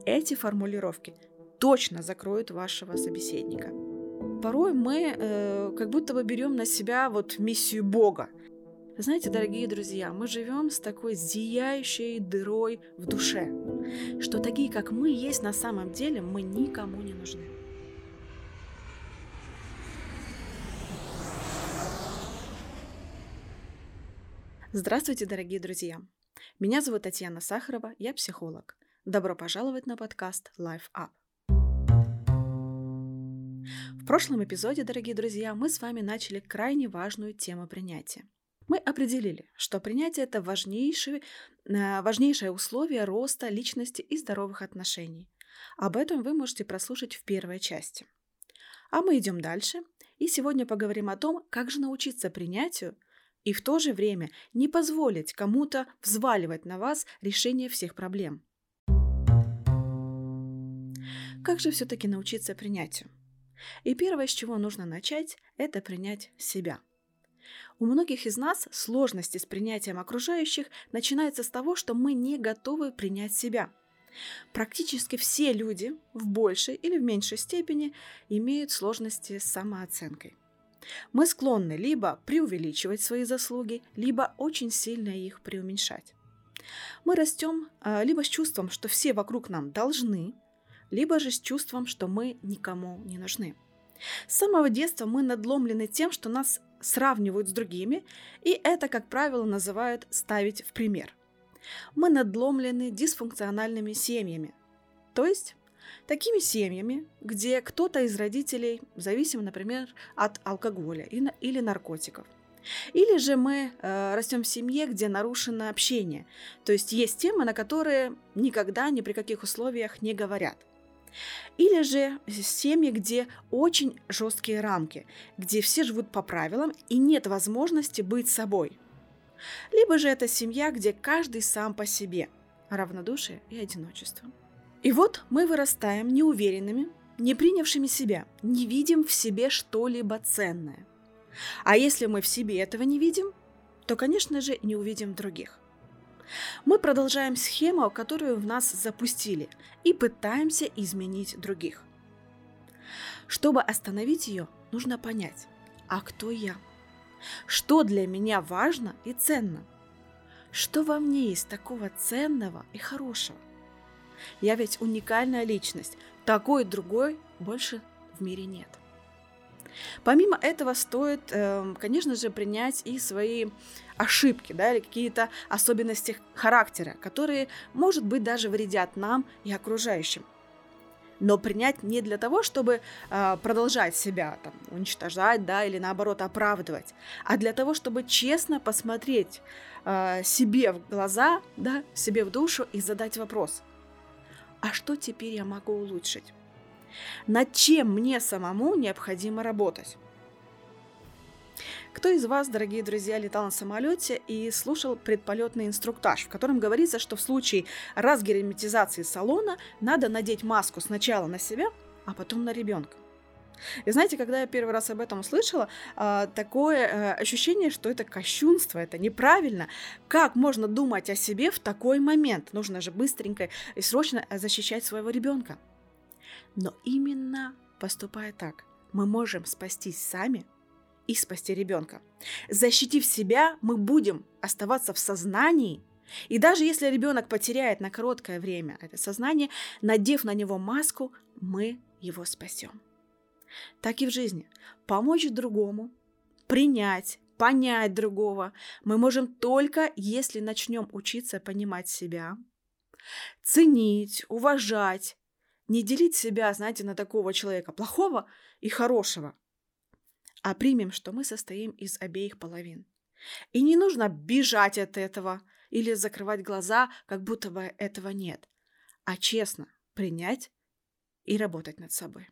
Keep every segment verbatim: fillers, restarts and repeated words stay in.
эти формулировки точно закроют вашего собеседника. Порой мы э, как будто бы берем на себя вот миссию Бога. Знаете, дорогие друзья, мы живем с такой зияющей дырой в душе, что такие, как мы есть на самом деле, мы никому не нужны. Здравствуйте, дорогие друзья! Меня зовут Татьяна Сахарова, я психолог. Добро пожаловать на подкаст Life Up. В прошлом эпизоде, дорогие друзья, мы с вами начали крайне важную тему принятия. Мы определили, что принятие – это важнейшее, важнейшее условие роста личности и здоровых отношений. Об этом вы можете прослушать в первой части. А мы идем дальше, и сегодня поговорим о том, как же научиться принятию и в то же время не позволить кому-то взваливать на вас решение всех проблем. Как же все-таки научиться принятию? И первое, с чего нужно начать, это принять себя. У многих из нас сложности с принятием окружающих начинаются с того, что мы не готовы принять себя. Практически все люди в большей или в меньшей степени имеют сложности с самооценкой. Мы склонны либо преувеличивать свои заслуги, либо очень сильно их преуменьшать. Мы растем либо с чувством, что все вокруг нам должны, либо же с чувством, что мы никому не нужны. С самого детства мы надломлены тем, что нас сравнивают с другими, и это, как правило, называют «ставить в пример». Мы надломлены дисфункциональными семьями, то есть такими семьями, где кто-то из родителей зависим, например, от алкоголя или наркотиков. Или же мы э, растем в семье, где нарушено общение, то есть есть темы, на которые никогда ни при каких условиях не говорят. Или же семьи, где очень жесткие рамки, где все живут по правилам и нет возможности быть собой. Либо же это семья, где каждый сам по себе, равнодушие и одиночество. И вот мы вырастаем неуверенными, не принявшими себя, не видим в себе что-либо ценное. А если мы в себе этого не видим, то, конечно же, не увидим других. Мы продолжаем схему, которую в нас запустили, и пытаемся изменить других. Чтобы остановить ее, нужно понять, а кто я? Что для меня важно и ценно? Что во мне есть такого ценного и хорошего? Я ведь уникальная личность, такой другой больше в мире нет. Помимо этого стоит, конечно же, принять и свои ошибки, да, или какие-то особенности характера, которые, может быть, даже вредят нам и окружающим. Но принять не для того, чтобы продолжать себя там, уничтожать, да, или наоборот оправдывать, а для того, чтобы честно посмотреть себе в глаза, да, себе в душу и задать вопрос: а что теперь я могу улучшить? Над чем мне самому необходимо работать? Кто из вас, дорогие друзья, летал на самолете и слушал предполетный инструктаж, в котором говорится, что в случае разгерметизации салона надо надеть маску сначала на себя, а потом на ребенка? И знаете, когда я первый раз об этом услышала, такое ощущение, что это кощунство, это неправильно. Как можно думать о себе в такой момент? Нужно же быстренько и срочно защищать своего ребенка. Но именно поступая так, мы можем спастись сами и спасти ребенка. Защитив себя, мы будем оставаться в сознании, и даже если ребенок потеряет на короткое время это сознание, надев на него маску, мы его спасем. Так и в жизни. Помочь другому, принять, понять другого мы можем только, если начнем учиться понимать себя, ценить, уважать, не делить себя, знаете, на такого человека плохого и хорошего, а примем, что мы состоим из обеих половин. И не нужно бежать от этого или закрывать глаза, как будто бы этого нет, а честно принять и работать над собой.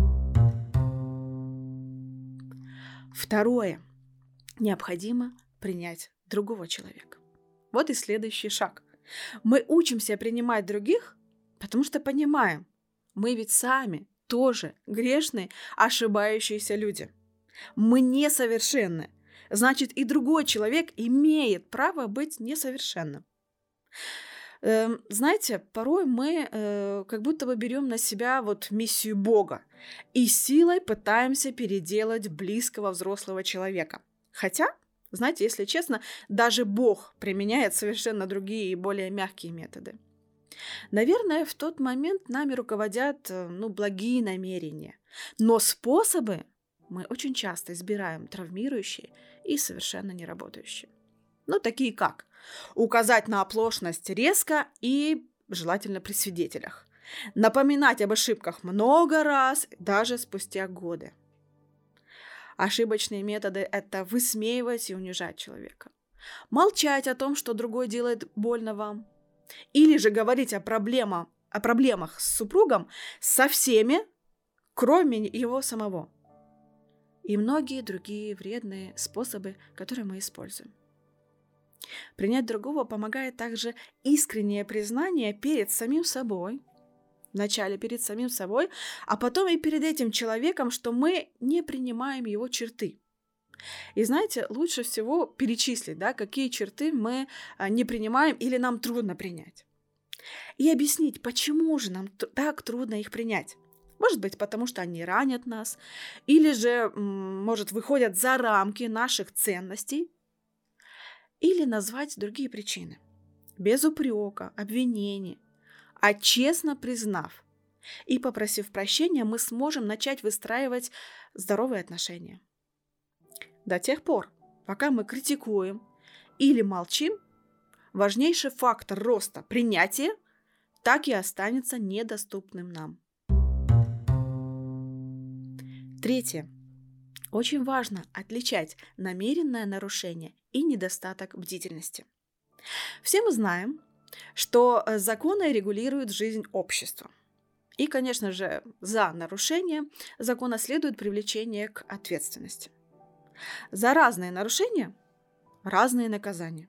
Второе. Необходимо принять другого человека. Вот и следующий шаг. Мы учимся принимать других, потому что понимаем, мы ведь сами тоже грешные, ошибающиеся люди. Мы несовершенны. Значит, и другой человек имеет право быть несовершенным. Эм, знаете, порой мы э, как будто бы берем на себя вот миссию Бога и силой пытаемся переделать близкого взрослого человека. Хотя, знаете, если честно, даже Бог применяет совершенно другие и более мягкие методы. Наверное, в тот момент нами руководят э, ну, благие намерения, но способы мы очень часто избираем травмирующие и совершенно не работающие. Ну, такие как указать на оплошность резко и желательно при свидетелях. Напоминать об ошибках много раз, даже спустя годы. Ошибочные методы – это высмеивать и унижать человека. Молчать о том, что другой делает больно вам. Или же говорить о, проблема, о проблемах с супругом со всеми, кроме его самого. И многие другие вредные способы, которые мы используем. Принять другого помогает также искреннее признание перед самим собой, вначале перед самим собой, а потом и перед этим человеком, что мы не принимаем его черты. И знаете, лучше всего перечислить, да, какие черты мы не принимаем или нам трудно принять. И объяснить, почему же нам так трудно их принять. Может быть, потому что они ранят нас, или же, может, выходят за рамки наших ценностей, или назвать другие причины. Без упрека, обвинений, а честно признав и попросив прощения, мы сможем начать выстраивать здоровые отношения. До тех пор, пока мы критикуем или молчим, важнейший фактор роста принятия так и останется недоступным нам. Третье. Очень важно отличать намеренное нарушение и недостаток бдительности. Все мы знаем, что законы регулируют жизнь общества. И, конечно же, за нарушение закона следует привлечение к ответственности. За разные нарушения разные наказания.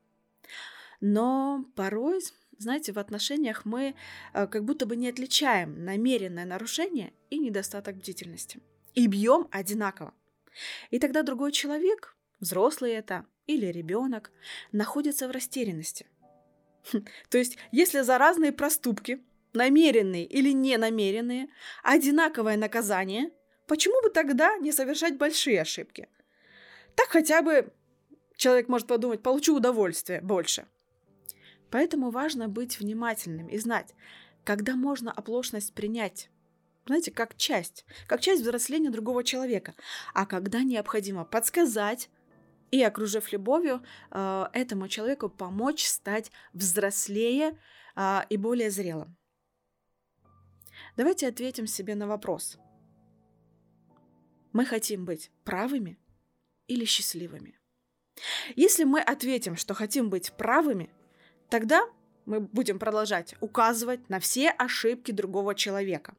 Но порой, знаете, в отношениях мы как будто бы не отличаем намеренное нарушение и недостаток бдительности. И бьем одинаково. И тогда другой человек, взрослый это или ребенок, находится в растерянности. То есть, если за разные проступки, намеренные или ненамеренные, одинаковое наказание, почему бы тогда не совершать большие ошибки? Так хотя бы человек может подумать, получу удовольствие больше. Поэтому важно быть внимательным и знать, когда можно оплошность принять, знаете, как часть, как часть взросления другого человека, а когда необходимо подсказать и, окружив любовью, э, этому человеку помочь стать взрослее э, и более зрелым. Давайте ответим себе на вопрос. Мы хотим быть правыми или счастливыми? Если мы ответим, что хотим быть правыми, тогда мы будем продолжать указывать на все ошибки другого человека.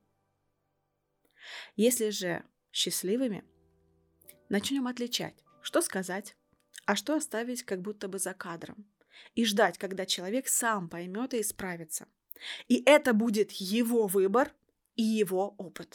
Если же счастливыми, начнем отличать, что сказать, а что оставить как будто бы за кадром, и ждать, когда человек сам поймет и исправится. И это будет его выбор и его опыт.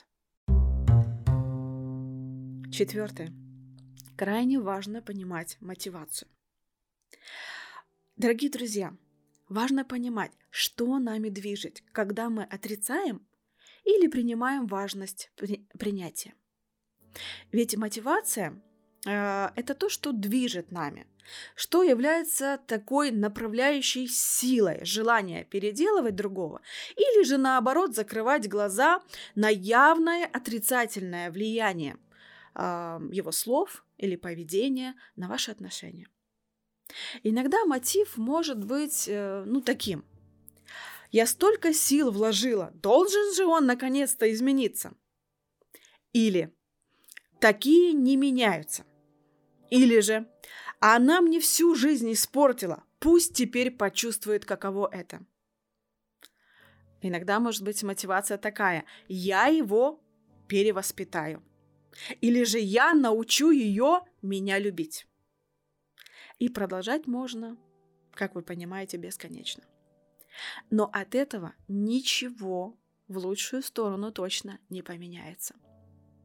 Четвертое. Крайне важно понимать мотивацию. Дорогие друзья, важно понимать, что нами движет, когда мы отрицаем или принимаем важность при- принятия. Ведь мотивация э, – это то, что движет нами, что является такой направляющей силой желания переделывать другого или же наоборот закрывать глаза на явное отрицательное влияние э, его слов или поведения на ваши отношения. Иногда мотив может быть э, ну, таким. Я столько сил вложила, должен же он наконец-то измениться. Или такие не меняются. Или же она мне всю жизнь испортила, пусть теперь почувствует, каково это. Иногда может быть мотивация такая: я его перевоспитаю. Или же я научу ее меня любить. И продолжать можно, как вы понимаете, бесконечно. Но от этого ничего в лучшую сторону точно не поменяется.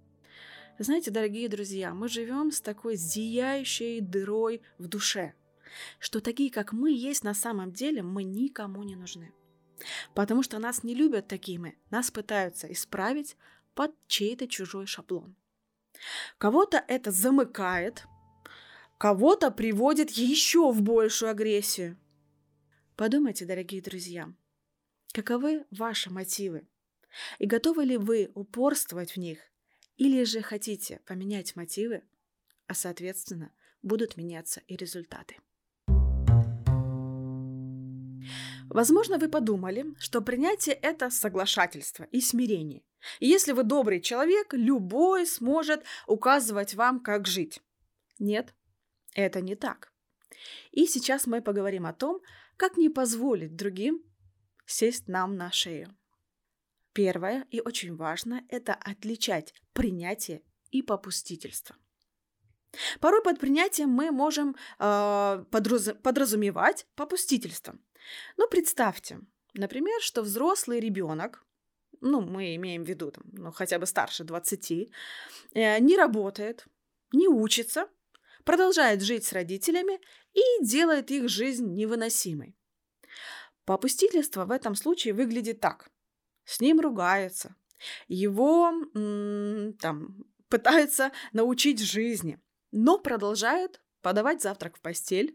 Знаете, дорогие друзья, мы живем с такой зияющей дырой в душе, что такие, как мы есть на самом деле, мы никому не нужны. Потому что нас не любят такими, нас пытаются исправить под чей-то чужой шаблон. Кого-то это замыкает, кого-то приводит еще в большую агрессию. Подумайте, дорогие друзья, каковы ваши мотивы? И готовы ли вы упорствовать в них? Или же хотите поменять мотивы, а соответственно будут меняться и результаты? Возможно, вы подумали, что принятие – это соглашательство и смирение. И если вы добрый человек, любой сможет указывать вам, как жить. Нет, это не так. И сейчас мы поговорим о том, как не позволить другим сесть нам на шею. Первое и очень важно – это отличать принятие и попустительство. Порой под принятием мы можем э, подраз- подразумевать попустительство. Ну, представьте, например, что взрослый ребенок, ну, мы имеем в виду, там, ну, хотя бы старше двадцати, э, не работает, не учится, продолжает жить с родителями и делает их жизнь невыносимой. Попустительство в этом случае выглядит так. С ним ругаются, его м- там, пытаются научить жизни, но продолжают подавать завтрак в постель,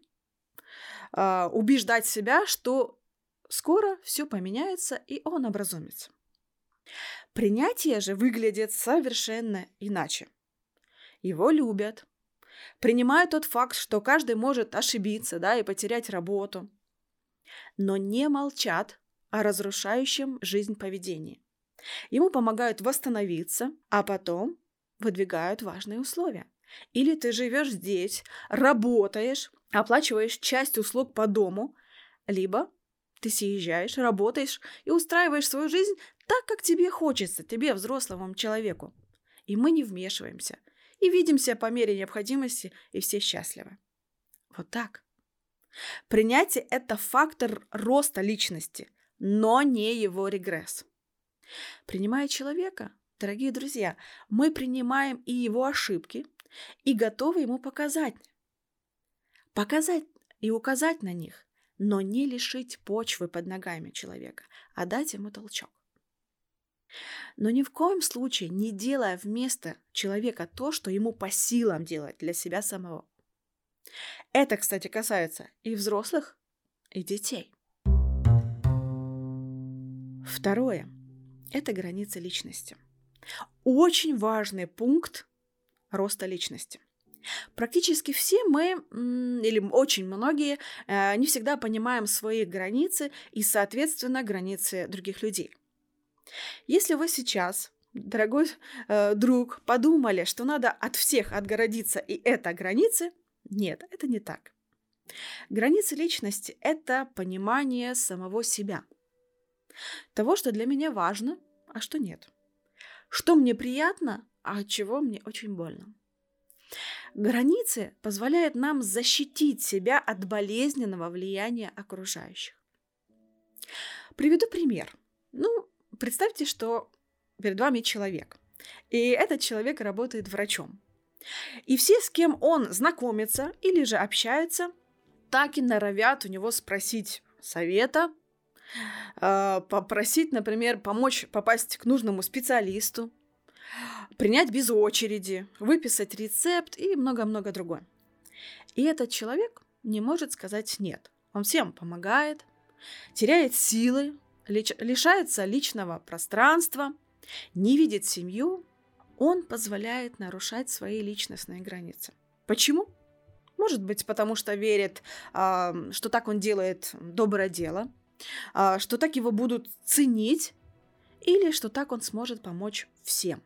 э, убеждать себя, что скоро все поменяется и он образумится. Принятие же выглядит совершенно иначе. Его любят, принимают тот факт, что каждый может ошибиться, да, и потерять работу, но не молчат о разрушающем жизнь поведении. Ему помогают восстановиться, а потом выдвигают важные условия. Или ты живешь здесь, работаешь, оплачиваешь часть услуг по дому, либо ты съезжаешь, работаешь и устраиваешь свою жизнь так, как тебе хочется, тебе, взрослому человеку. И мы не вмешиваемся, и видимся по мере необходимости, и все счастливы. Вот так. Принятие – это фактор роста личности, но не его регресс. Принимая человека, дорогие друзья, мы принимаем и его ошибки, и готовы ему показать. Показать и указать на них, но не лишить почвы под ногами человека, а дать ему толчок. Но ни в коем случае не делая вместо человека то, что ему по силам делать для себя самого. Это, кстати, касается и взрослых, и детей. Второе – это границы личности. Очень важный пункт роста личности. Практически все мы, или очень многие, не всегда понимаем свои границы и, соответственно, границы других людей. Если вы сейчас, дорогой э, друг, подумали, что надо от всех отгородиться, и это границы, нет, это не так. Границы личности – это понимание самого себя. Того, что для меня важно, а что нет. Что мне приятно, а от чего мне очень больно. Границы позволяют нам защитить себя от болезненного влияния окружающих. Приведу пример. Ну, представьте, что перед вами человек, и этот человек работает врачом. И все, с кем он знакомится или же общается, так и норовят у него спросить совета, попросить, например, помочь попасть к нужному специалисту, принять без очереди, выписать рецепт и много-много другое. И этот человек не может сказать «нет». Он всем помогает, теряет силы, лишается личного пространства, не видит семью, он позволяет нарушать свои личностные границы. Почему? Может быть, потому что верит, что так он делает доброе дело, что так его будут ценить, или что так он сможет помочь всем.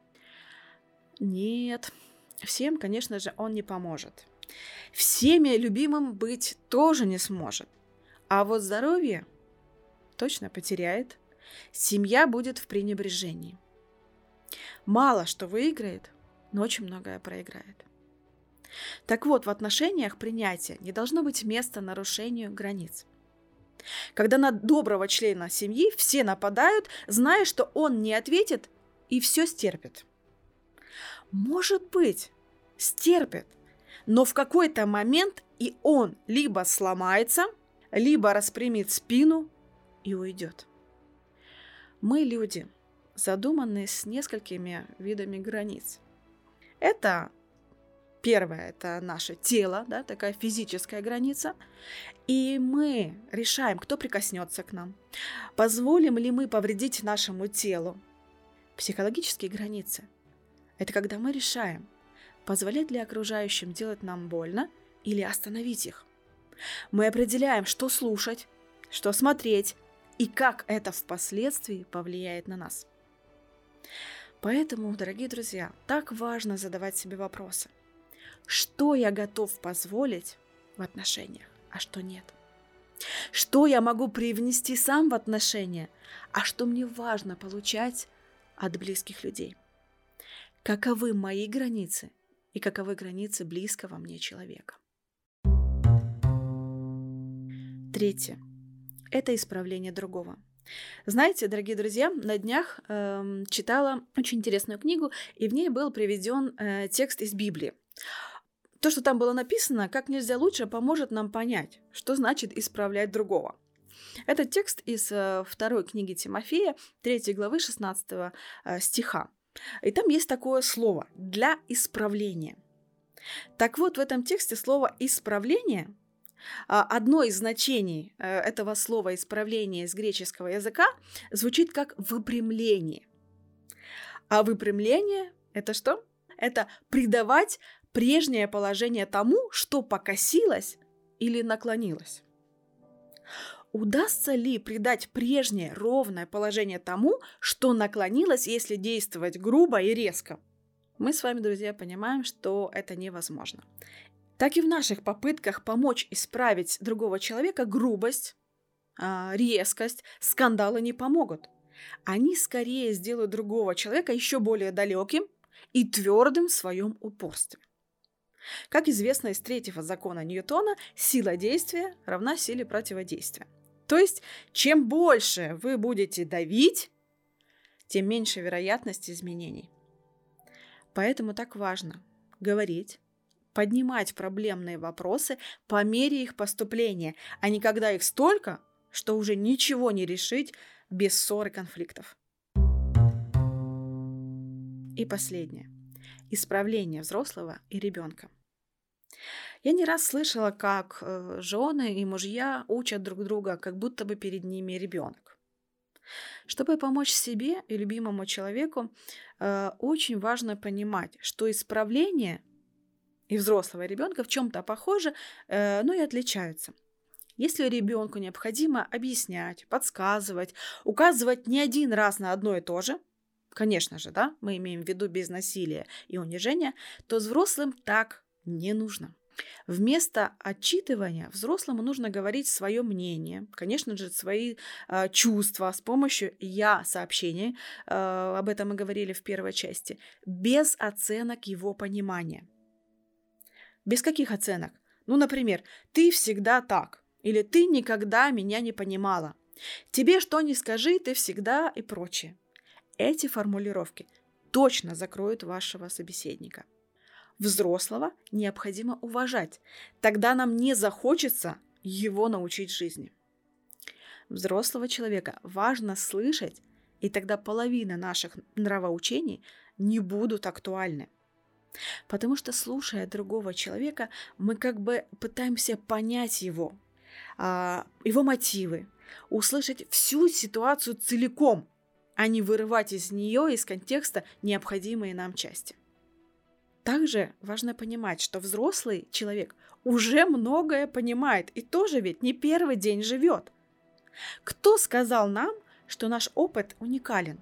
Нет, всем, конечно же, он не поможет. Всеми любимым быть тоже не сможет. А вот здоровье точно потеряет, семья будет в пренебрежении. Мало что выиграет, но очень многое проиграет. Так вот, в отношениях принятия не должно быть места нарушению границ. Когда на доброго члена семьи все нападают, зная, что он не ответит и все стерпит. Может быть, стерпит, Но в какой-то момент и он либо сломается, либо распрямит спину и уйдет. Мы люди, задуманные с несколькими видами границ. Это первое, это наше тело, да, такая физическая граница. И мы решаем, кто прикоснется к нам. Позволим ли мы повредить нашему телу? Психологические границы – это когда мы решаем, позволять ли окружающим делать нам больно или остановить их. Мы определяем, что слушать, что смотреть и как это впоследствии повлияет на нас. Поэтому, дорогие друзья, так важно задавать себе вопросы. Что я готов позволить в отношениях, а что нет? Что я могу привнести сам в отношения, а что мне важно получать от близких людей? Каковы мои границы и каковы границы близкого мне человека? Третье. Это исправление другого. Знаете, дорогие друзья, на днях э, читала очень интересную книгу, и в ней был приведен э, текст из Библии. То, что там было написано, как нельзя лучше поможет нам понять, что значит исправлять другого. Это текст из э, второй книги Тимофея, третьей главы шестнадцатого э, стиха. И там есть такое слово «для исправления». Так вот, в этом тексте слово «исправление», одно из значений этого слова «исправление» из греческого языка звучит как «выпрямление». А выпрямление – это что? Это придавать прежнее положение тому, что покосилось или наклонилось. Удастся ли придать прежнее ровное положение тому, что наклонилось, если действовать грубо и резко? Мы с вами, друзья, понимаем, что это невозможно. Так и в наших попытках помочь исправить другого человека грубость, резкость, скандалы не помогут. Они скорее сделают другого человека еще более далеким и твердым в своем упорстве. Как известно из третьего закона Ньютона, сила действия равна силе противодействия. То есть, чем больше вы будете давить, тем меньше вероятность изменений. Поэтому так важно говорить, поднимать проблемные вопросы по мере их поступления, а не когда их столько, что уже ничего не решить без ссор и конфликтов. И последнее. Исправление взрослого и ребенка. Я не раз слышала, как жены и мужья учат друг друга, как будто бы перед ними ребенок. Чтобы помочь себе и любимому человеку, очень важно понимать, что исправление и взрослого и ребенка в чем-то похожи, но и отличаются. Если ребенку необходимо объяснять, подсказывать, указывать не один раз на одно и то же, конечно же, да, мы имеем в виду без насилия и унижения, то взрослым так не нужно. Вместо отчитывания взрослому нужно говорить свое мнение, конечно же, свои э, чувства с помощью «я-сообщений», э, об этом мы говорили в первой части, без оценок его понимания. Без каких оценок? Ну, например, «ты всегда так» или «ты никогда меня не понимала», «тебе что ни скажи, ты всегда» и прочее. Эти формулировки точно закроют вашего собеседника. Взрослого необходимо уважать, тогда нам не захочется его научить жизни. Взрослого человека важно слышать, и тогда половина наших нравоучений не будут актуальны. Потому что, слушая другого человека, мы как бы пытаемся понять его, его мотивы, услышать всю ситуацию целиком, а не вырывать из нее, из контекста, необходимые нам части. Также важно понимать, что взрослый человек уже многое понимает и тоже ведь не первый день живет. Кто сказал нам, что наш опыт уникален?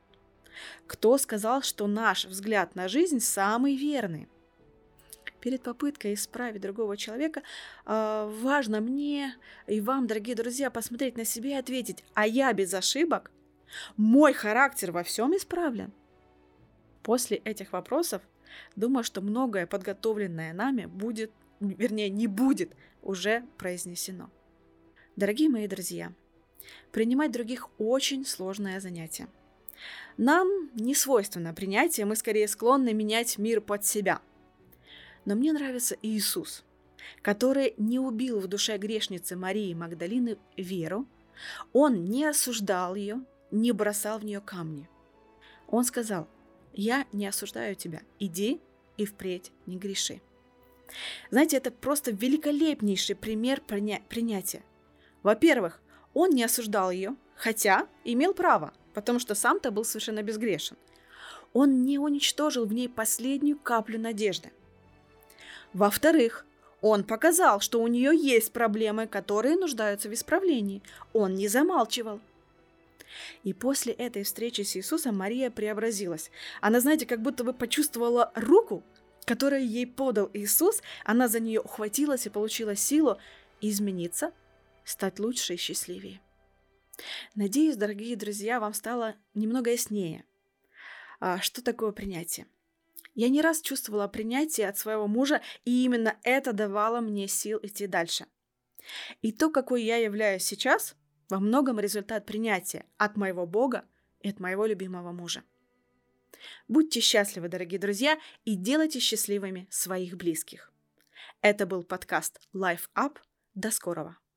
Кто сказал, что наш взгляд на жизнь самый верный? Перед попыткой исправить другого человека э, важно мне и вам, дорогие друзья, посмотреть на себя и ответить: а я без ошибок? Мой характер во всем исправлен? После этих вопросов думаю, что многое подготовленное нами будет, вернее, не будет уже произнесено. Дорогие мои друзья, принимать других очень сложное занятие. Нам не свойственно принятие, мы скорее склонны менять мир под себя. Но мне нравится Иисус, который не убил в душе грешницы Марии Магдалины веру, он не осуждал ее, не бросал в нее камни. Он сказал: «Я не осуждаю тебя, иди и впредь не греши». Знаете, это просто великолепнейший пример приня- принятия. Во-первых, он не осуждал ее, хотя имел право, потому что сам-то был совершенно безгрешен. Он не уничтожил в ней последнюю каплю надежды. Во-вторых, он показал, что у нее есть проблемы, которые нуждаются в исправлении. Он не замалчивал. И после этой встречи с Иисусом Мария преобразилась. Она, знаете, как будто бы почувствовала руку, которую ей подал Иисус. Она за нее ухватилась и получила силу измениться, стать лучше и счастливее. Надеюсь, дорогие друзья, вам стало немного яснее, что такое принятие. Я не раз чувствовала принятие от своего мужа, и именно это давало мне сил идти дальше. И то, какой я являюсь сейчас, во многом результат принятия от моего Бога и от моего любимого мужа. Будьте счастливы, дорогие друзья, и делайте счастливыми своих близких. Это был подкаст Life Up. До скорого!